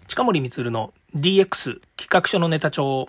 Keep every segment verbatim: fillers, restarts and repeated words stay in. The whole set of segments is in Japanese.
近森光の ディーエックス 企画書のネタ帳。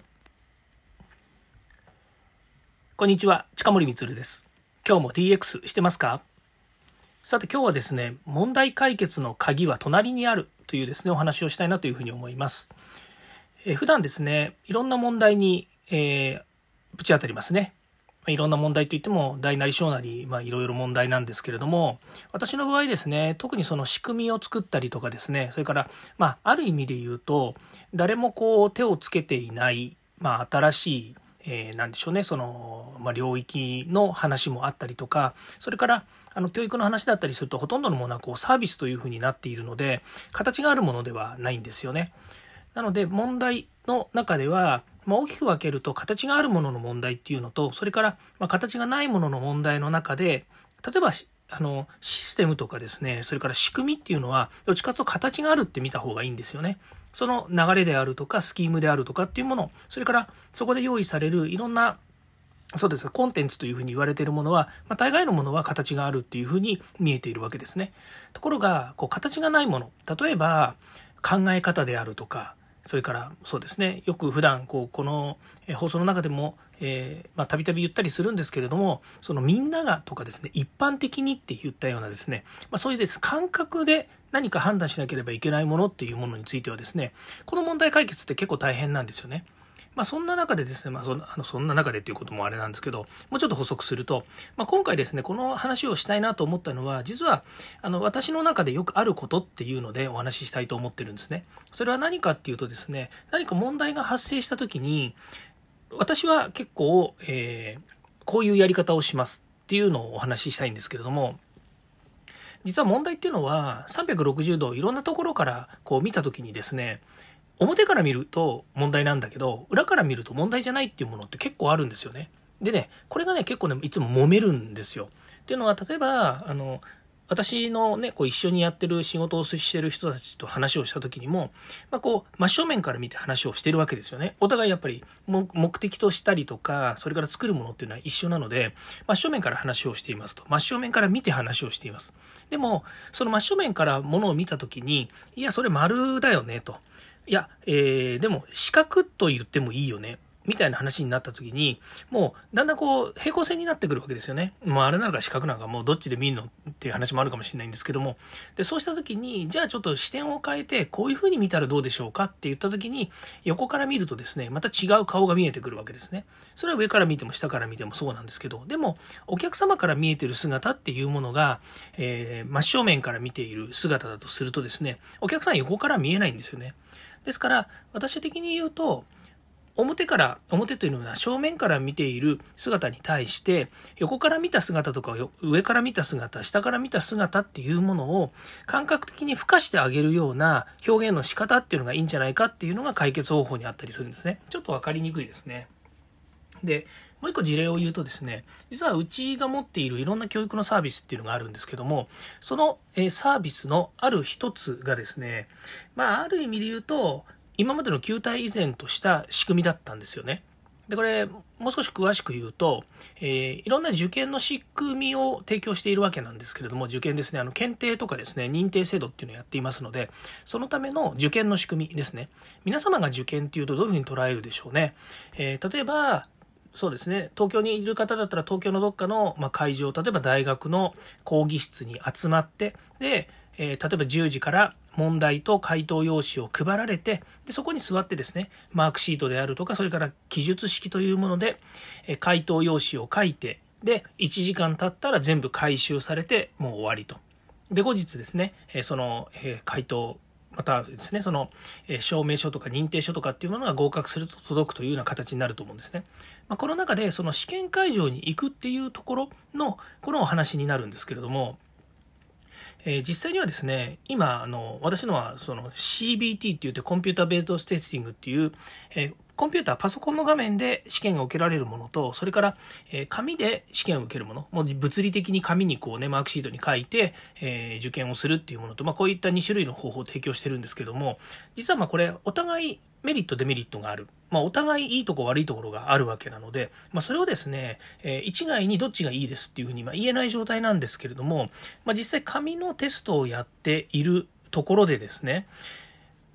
こんにちは、近森光です。今日も ディーエックス してますか？さて今日はですね、問題解決の鍵は隣にあるというですねお話をしたいなというふうに思います。えー、普段ですね、いろんな問題に、えー、ぶち当たりますね。いろんな問題といっても大なり小なり、まあ、いろいろ問題なんですけれども、私の場合ですね、特にその仕組みを作ったりとかですね、それから、まあ、ある意味で言うと誰もこう手をつけていない、まあ、新しい、えー、なんでしょうね、その、まあ、領域の話もあったりとか、それからあの教育の話だったりするとほとんどのものはこうサービスというふうになっているので、形があるものではないんですよね。なので問題の中では、まあ、大きく分けると形があるものの問題っていうのと、それからまあ形がないものの問題の中で、例えばあのシステムとかですね、それから仕組みっていうのはどっちかというと形があるって見た方がいいんですよね。その流れであるとかスキームであるとかっていうもの、それからそこで用意されるいろんなそうですコンテンツというふうに言われているものは、まあ、大概のものは形があるっていうふうに見えているわけですね。ところがこう形がないもの、例えば考え方であるとか、それからそうですね、よく普段こうこの放送の中でもえーまあ、たびたび言ったりするんですけれども、そのみんながとかですね、一般的にって言ったようなですね、まあ、そういうです感覚で何か判断しなければいけないものっていうものについてはですね、この問題解決って結構大変なんですよね。まあ、そんな中でですね、まあ、そ, あのそんな中でっていうこともあれなんですけど、もうちょっと補足すると、まあ、今回ですね、この話をしたいなと思ったのは、実はあの私の中でよくあることっていうのでお話ししたいと思ってるんですね。それは何かっていうとですね、何か問題が発生した時に、私は結構、えー、こういうやり方をしますっていうのをお話ししたいんですけれども、実は問題っていうのはさんびゃくろくじゅうどいろんなところからこう見た時にですね、表から見ると問題なんだけど、裏から見ると問題じゃないっていうものって結構あるんですよね。でね、これがね、結構ね、いつも揉めるんですよ。っていうのは、例えば、あの、私のね、こう一緒にやってる仕事をしてる人たちと話をした時にも、まあ、こう真正面から見て話をしてるわけですよね。お互いやっぱり目的としたりとか、それから作るものっていうのは一緒なので、真正面から話をしていますと。真正面から見て話をしています。でも、その真正面からものを見た時に、いや、それ丸だよねと。いや、えー、でも四角と言ってもいいよね。みたいな話になった時に、もうだんだんこう平行線になってくるわけですよね。まああれなのか四角なのかもうどっちで見るのっていう話もあるかもしれないんですけども、でそうした時にじゃあちょっと視点を変えてこういう風に見たらどうでしょうかって言った時に、横から見るとですね、また違う顔が見えてくるわけですね。それは上から見ても下から見てもそうなんですけど、でもお客様から見えてる姿っていうものが、えー、真正面から見ている姿だとするとですね、お客さん横から見えないんですよね。ですから私的に言うと、表から表というのは正面から見ている姿に対して横から見た姿とか上から見た姿、下から見た姿っていうものを感覚的に付加してあげるような表現の仕方っていうのがいいんじゃないかっていうのが解決方法にあったりするんですね。ちょっと分かりにくいですね。でもう一個事例を言うとですね、実はうちが持っているいろんな教育のサービスっていうのがあるんですけども、そのサービスのある一つがですね、まあある意味で言うと今までの球体以前とした仕組みだったんですよね。でこれもう少し詳しく言うと、えー、いろんな受験の仕組みを提供しているわけなんですけれども、受験ですね、あの検定とかですね、認定制度っていうのをやっていますので、そのための受験の仕組みですね。皆様が受験っていうとどういうふうに捉えるでしょうね。えー、例えばそうですね、東京にいる方だったら東京のどっかの、まあ、会場、例えば大学の講義室に集まって、で、えー、例えばじゅうじから問題と回答用紙を配られて、でそこに座ってですね、マークシートであるとか、それから記述式というもので、えー、回答用紙を書いて、でいちじかん経ったら全部回収されてもう終わりと。で後日ですね、えー、その、えー、回答またですね、その証明書とか認定書とかっていうものが合格すると届くというような形になると思うんですね。まあ、この中でその試験会場に行くっていうところのこのお話になるんですけれども、えー、実際にはですね、今あの私のはその シービーティー って言ってコンピューターベーステスティングっていう、えーコンピューター、パソコンの画面で試験が受けられるものと、それから、えー、紙で試験を受けるもの、もう物理的に紙にこうね、マークシートに書いて、えー、受験をするっていうものと、まあ、こういったに種類の方法を提供してるんですけども、実はまあこれ、お互いメリット、デメリットがある。まあ、お互いいいところ悪いところがあるわけなので、まあ、それをですね、えー、一概にどっちがいいですっていうふうにまあ言えない状態なんですけれども、まあ、実際紙のテストをやっているところでですね、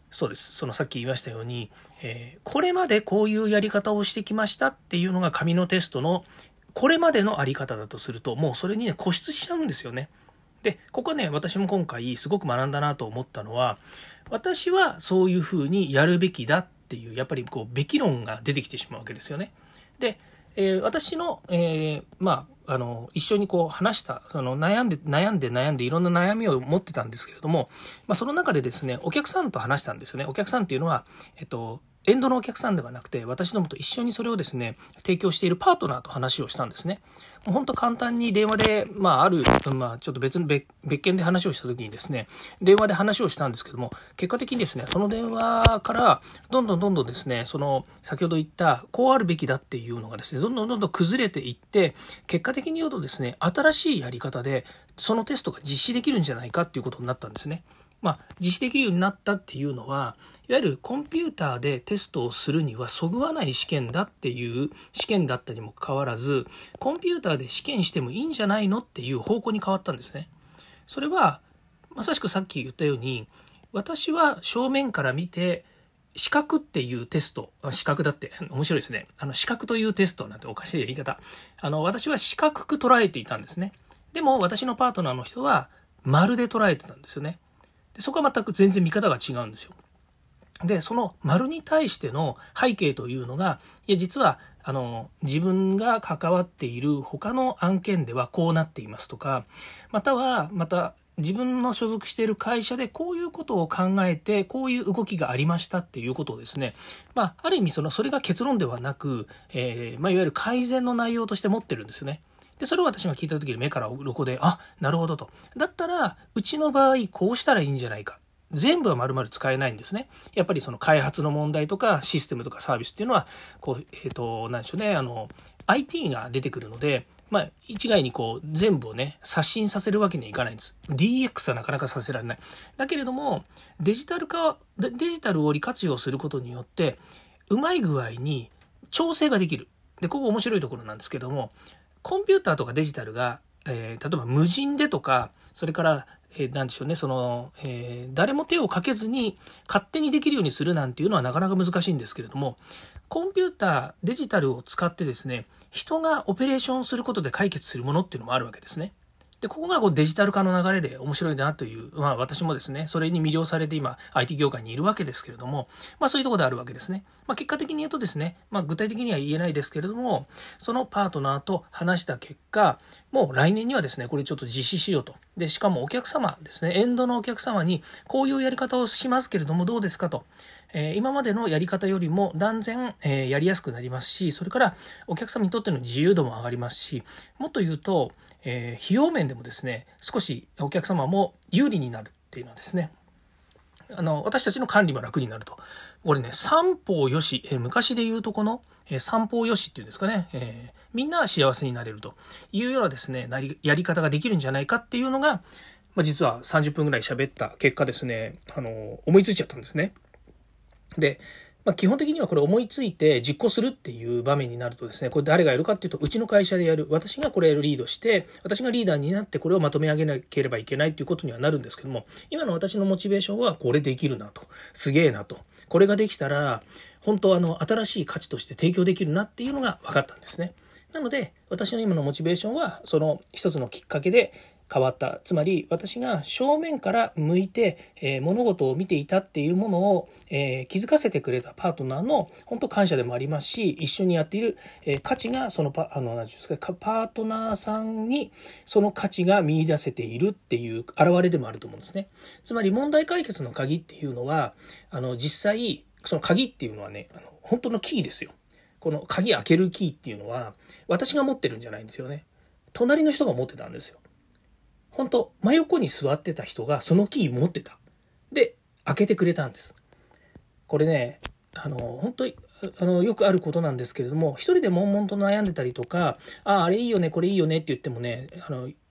そうです。そのさっき言いましたように、えーこれまでこういうやり方をしてきましたっていうのが紙のテストのこれまでのあり方だとすると、もうそれにね、固執しちゃうんですよね。で、ここね、私も今回すごく学んだなと思ったのは、私はそういうふうにやるべきだっていう、やっぱりこう、べき論が出てきてしまうわけですよね。で、えー私の、えーまあ、あの、一緒にこう話した、その悩んで、悩んで悩んでいろんな悩みを持ってたんですけれども、まあ、その中でですね、お客さんと話したんですよね。お客さんっていうのは、えっと、エンドのお客さんではなくて、私どもと一緒にそれをですね、提供しているパートナーと話をしたんですね。もう本当簡単に電話で、まあ、ある、まあ、ちょっと別の別、別件で話をした時にですね、電話で話をしたんですけども、結果的にですね、その電話から、どんどんどんどんですね、その、先ほど言った、こうあるべきだっていうのがですね、どんどんどんどん崩れていって、結果的に言うとですね、新しいやり方で、そのテストが実施できるんじゃないかっていうことになったんですね。まあ、実施できるようになったっていうのは、いわゆるコンピューターでテストをするにはそぐわない試験だっていう試験だったにもかかわらず、コンピューターで試験してもいいんじゃないのっていう方向に変わったんですね。それは、まさしくさっき言ったように、私は正面から見て、視覚っていうテスト、視覚だって面白いですね。あの視覚というテストなんておかしい言い方。あの、私は視覚く捉えていたんですね。でも私のパートナーの人は丸で捉えてたんですよね。でそこは全く全然見方が違うんですよ。で、その丸に対しての背景というのが、いや、実は、あの、自分が関わっている他の案件ではこうなっていますとか、または、また、自分の所属している会社でこういうことを考えて、こういう動きがありましたっていうことをですね、まあ、ある意味その、それが結論ではなく、えー、まあ、いわゆる改善の内容として持ってるんですよね。で、それを私が聞いた時に目から鱗で、あ、なるほどと。だったら、うちの場合、こうしたらいいんじゃないか。全部は丸々使えないんですね。やっぱりその開発の問題とかシステムとかサービスっていうのは、こう、えっと、なんでしょうね、あの、アイティー が出てくるので、まあ、一概にこう、全部をね、刷新させるわけにはいかないんです。ディーエックス はなかなかさせられない。だけれども、デジタル化、デジタルを利活用することによって、うまい具合に調整ができる。で、ここ面白いところなんですけども、コンピューターとかデジタルが、えー、例えば無人でとか、それから、えー、なんでしょうね、その、えー、誰も手をかけずに勝手にできるようにするなんていうのはなかなか難しいんですけれども、コンピューター、デジタルを使ってですね、人がオペレーションすることで解決するものっていうのもあるわけですね。で、ここがこうデジタル化の流れで面白いなという、まあ私もですね、それに魅了されて今 アイティー 業界にいるわけですけれども、まあそういうところであるわけですね。まあ結果的に言うとですね、まあ具体的には言えないですけれども、そのパートナーと話した結果、もう来年にはですね、これちょっと実施しようと。で、しかもお客様ですね、エンドのお客様にこういうやり方をしますけれどもどうですかと。えー今までのやり方よりも断然、えーやりやすくなりますし、それからお客様にとっての自由度も上がりますし、もっと言うと、えー費用面でもですね、少しお客様も有利になるっていうのはですね、あの、私たちの管理も楽になると。これね、三方よし、えー昔で言うとこの、えー三方よしっていうんですかね、えーみんな幸せになれるというようなですね、なりやり方ができるんじゃないかっていうのが、まあ、実はさんじゅっぷんぐらい喋った結果ですね、あの、思いついちゃったんですね。で、まあ、基本的にはこれ思いついて実行するっていう場面になるとですね、これ誰がやるかっていうと、うちの会社でやる。私がこれをリードして、私がリーダーになってこれをまとめ上げなければいけないということにはなるんですけども、今の私のモチベーションはこれできるなと。すげえなと。これができたら、本当あの、新しい価値として提供できるなっていうのが分かったんですね。なので、私の今のモチベーションは、その一つのきっかけで、変わった。つまり私が正面から向いて、えー、物事を見ていたっていうものを、えー、気づかせてくれたパートナーの本当感謝でもありますし、一緒にやっている、えー、価値がそのパあの何て言うんですか、パートナーさんにその価値が見出せているっていう現れでもあると思うんですね。つまり問題解決の鍵っていうのは、あの実際その鍵っていうのはね、あの本当のキーですよ。この鍵開けるキーっていうのは私が持ってるんじゃないんですよね。隣の人が持ってたんですよ。本当真横に座ってた人がそのキー持ってた。で、開けてくれたんです。これね、あの、本当に、あの、よくあることなんですけれども、一人で悶々と悩んでたりとか、ああ、あれいいよね、これいいよねって言ってもね、あの、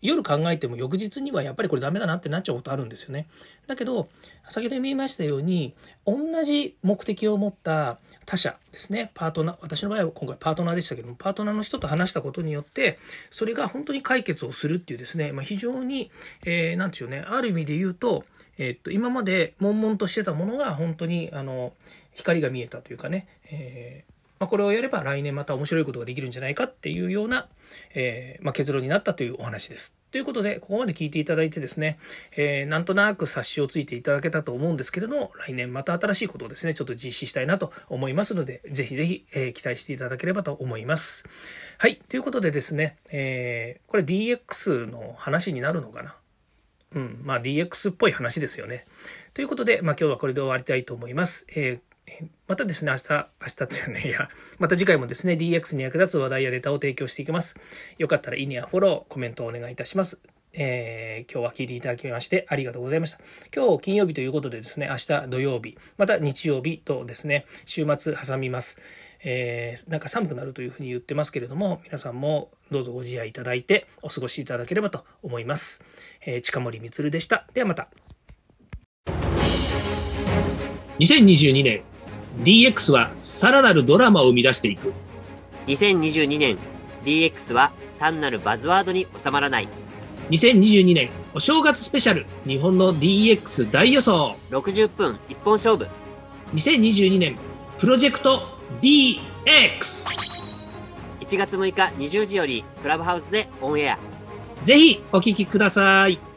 夜考えても翌日にはやっぱりこれダメだなってなっちゃうことあるんですよね。だけど先ほど言いましたように、同じ目的を持った他者ですね、パートナー、私の場合は今回パートナーでしたけども、パートナーの人と話したことによってそれが本当に解決をするっていうですね、まあ、非常に、えー、なんていうね、ある意味で言うと、えー、っと今まで悶々としてたものが本当にあの光が見えたというかね、えーまあ、これをやれば来年また面白いことができるんじゃないかっていうような、えーまあ、結論になったというお話です。ということでここまで聞いていただいてですね、えー、なんとなく察しをついていただけたと思うんですけれども、来年また新しいことをですねちょっと実施したいなと思いますので、ぜひぜひ、えー、期待していただければと思います。はい、ということでですね、えー、これ ディーエックス の話になるのかな。うん、まあ ディーエックス っぽい話ですよね。ということで、まあ、今日はこれで終わりたいと思います。えーまたですね、明日、明日っていうね、いや、また次回もですね、ディーエックス に役立つ話題やデータを提供していきます。よかったらいいねやフォロー、コメントをお願いいたします。えー、今日は聞いていただきましてありがとうございました。今日金曜日ということでですね、明日土曜日、また日曜日とですね、週末挟みます。えー、なんか寒くなるというふうに言ってますけれども、皆さんもどうぞご自愛いただいてお過ごしいただければと思います。えー、近森光でした。ではまた。にせんにじゅうにねんディーエックス はさらなるドラマを生み出していく。 にせんにじゅうにねん ディーエックス は単なるバズワードに収まらない。 にせんにじゅうにねんお正月スペシャル日本の ディーエックス 大予想。 ろくじゅっぷん一本勝負。 にせんにじゅうにねんプロジェクト ディーエックス。 いちがつむいかにじゅうじよりクラブハウスでオンエア。 ぜひお聞きください。